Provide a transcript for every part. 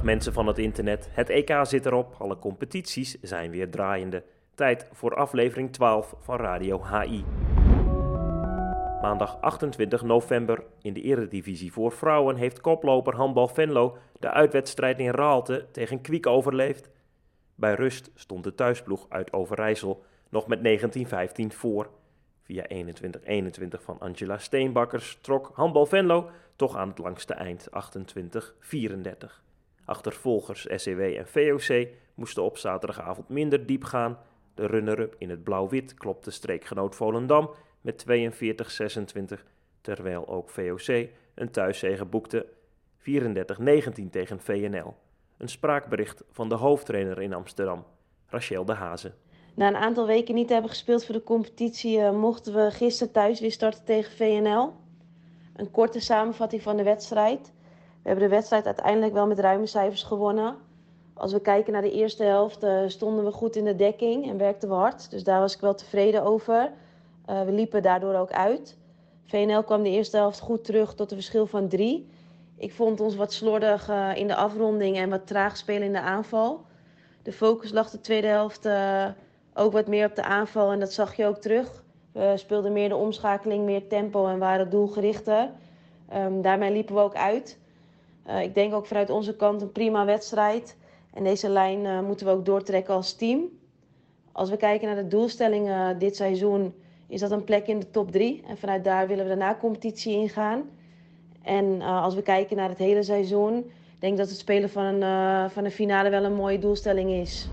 Dag mensen van het internet, het EK zit erop, alle competities zijn weer draaiende. Tijd voor aflevering 12 van Radio HI. Maandag 28 november in de Eredivisie voor vrouwen heeft koploper Handbal Venlo de uitwedstrijd in Raalte tegen Kwiek overleefd. Bij rust stond de thuisploeg uit Overijssel nog met 19-15 voor. Via 21-21 van Angela Steenbakkers trok Handbal Venlo toch aan het langste eind 28-34. Achtervolgers SCW en VOC moesten op zaterdagavond minder diep gaan. De runner-up in het blauw-wit klopte streekgenoot Volendam met 42-26, terwijl ook VOC een thuiszege boekte 34-19 tegen VNL. Een spraakbericht van de hoofdtrainer in Amsterdam, Rachel de Haze. Na een aantal weken niet te hebben gespeeld voor de competitie mochten we gisteren thuis weer starten tegen VNL. Een korte samenvatting van de wedstrijd. We hebben de wedstrijd uiteindelijk wel met ruime cijfers gewonnen. Als we kijken naar de eerste helft stonden we goed in de dekking en werkten we hard. Dus daar was ik wel tevreden over. We liepen daardoor ook uit. VNL kwam de eerste helft goed terug tot een verschil van 3. Ik vond ons wat slordig in de afronding en wat traag spelen in de aanval. De focus lag de tweede helft ook wat meer op de aanval en dat zag je ook terug. We speelden meer de omschakeling, meer tempo en waren doelgerichter. Daarmee liepen we ook uit. Ik denk ook vanuit onze kant een prima wedstrijd. En deze lijn moeten we ook doortrekken als team. Als we kijken naar de doelstellingen dit seizoen, is dat een plek in de top 3. En vanuit daar willen we de na-competitie ingaan. En als we kijken naar het hele seizoen, denk ik dat het spelen van een finale wel een mooie doelstelling is.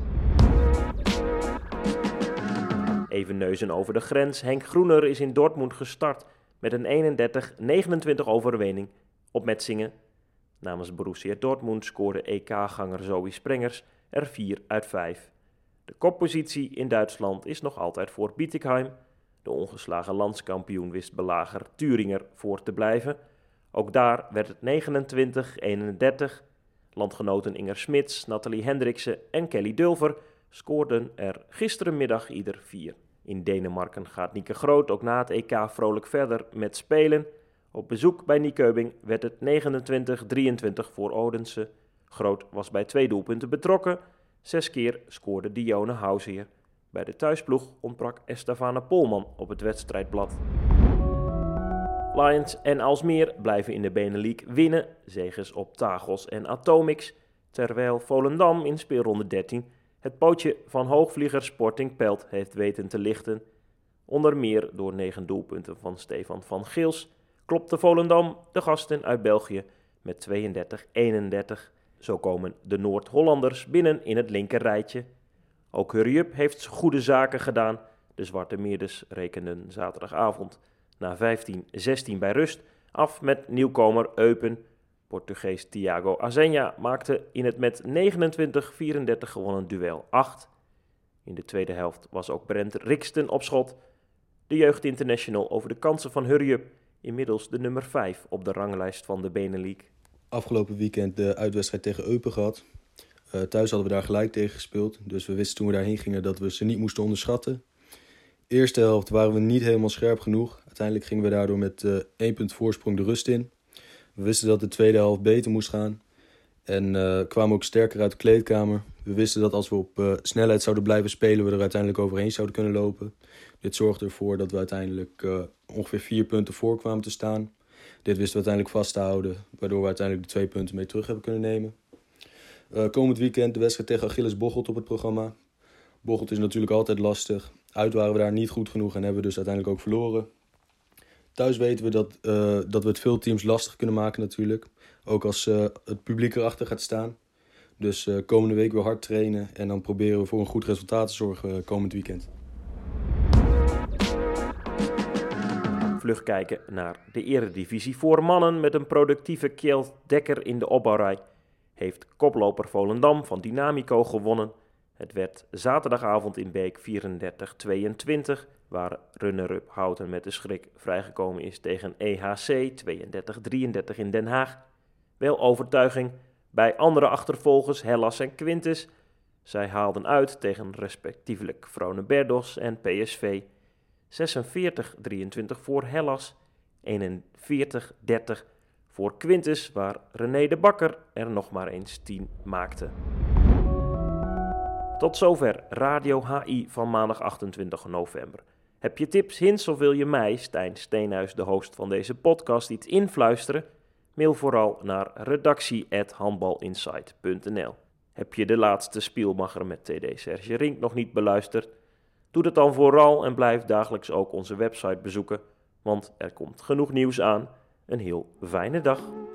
Even neuzen over de grens. Henk Groener is in Dortmund gestart met een 31-29 overwinning op Metzingen. Namens Borussia Dortmund scoorde EK-ganger Zoe Sprengers er 4 uit 5. De koppositie in Duitsland is nog altijd voor Bietigheim. De ongeslagen landskampioen wist belager Thüringer voor te blijven. Ook daar werd het 29-31. Landgenoten Inger Smits, Nathalie Hendriksen en Kelly Dulver scoorden er gisterenmiddag ieder 4. In Denemarken gaat Nieke Groot ook na het EK vrolijk verder met spelen. Op bezoek bij Nyköping werd het 29-23 voor Odense. Groot was bij 2 doelpunten betrokken. 6 keer scoorde Dione Househeer. Bij de thuisploeg ontbrak Estefane Polman op het wedstrijdblad. Lions en Aalsmeer blijven in de Benelux winnen. Zeges op Tagos en Atomics. Terwijl Volendam in speelronde 13 het pootje van hoogvlieger Sporting Pelt heeft weten te lichten. Onder meer door 9 doelpunten van Stefan van Gils klopte Volendam de gasten uit België met 32-31. Zo komen de Noord-Hollanders binnen in het linkerrijtje. Ook Hurry-up heeft goede zaken gedaan. De Zwarte Meerders rekenden zaterdagavond na 15-16 bij rust af met nieuwkomer Eupen. Portugees Thiago Azenha maakte in het met 29-34 gewonnen duel 8. In de tweede helft was ook Brent Rixten op schot. De jeugdinternational over de kansen van Hurry-up, inmiddels de nummer 5 op de ranglijst van de Benelux. Afgelopen weekend de uitwedstrijd tegen Eupen gehad. Thuis hadden we daar gelijk tegen gespeeld. Dus we wisten toen we daarheen gingen dat we ze niet moesten onderschatten. Eerste helft waren we niet helemaal scherp genoeg. Uiteindelijk gingen we daardoor met 1 punt voorsprong de rust in. We wisten dat de tweede helft beter moest gaan. En kwamen ook sterker uit de kleedkamer. We wisten dat als we op snelheid zouden blijven spelen, we er uiteindelijk overheen zouden kunnen lopen. Dit zorgde ervoor dat we uiteindelijk ongeveer 4 punten voor kwamen te staan. Dit wisten we uiteindelijk vast te houden, waardoor we uiteindelijk de 2 punten mee terug hebben kunnen nemen. Komend weekend de wedstrijd tegen Achilles Bocholt op het programma. Bocholt is natuurlijk altijd lastig. Uit waren we daar niet goed genoeg en hebben we dus uiteindelijk ook verloren. Thuis weten we dat we het veel teams lastig kunnen maken natuurlijk. Ook als het publiek erachter gaat staan. Dus komende week weer hard trainen en dan proberen we voor een goed resultaat te zorgen komend weekend. Vlug kijken naar de Eredivisie voor mannen met een productieve Kjeld Dekker in de opbouwrij. Heeft koploper Volendam van Dynamico gewonnen. Het werd zaterdagavond in Beek 34-22, waar runner-up Houten met de schrik vrijgekomen is tegen EHC 32-33 in Den Haag. Wel overtuiging bij andere achtervolgers Hellas en Quintus. Zij haalden uit tegen respectievelijk Frone-Berdos en PSV. 46-23 voor Hellas, 41-30 voor Quintus, waar René de Bakker er nog maar eens 10 maakte. Tot zover Radio HI van maandag 28 november. Heb je tips, hints of wil je mij, Stijn Steenhuis, de host van deze podcast, iets influisteren? Mail vooral naar redactie@handbalinsight.nl. Heb je de laatste Spielmacher met TD Serge Rink nog niet beluisterd? Doe dat dan vooral en blijf dagelijks ook onze website bezoeken, want er komt genoeg nieuws aan. Een heel fijne dag.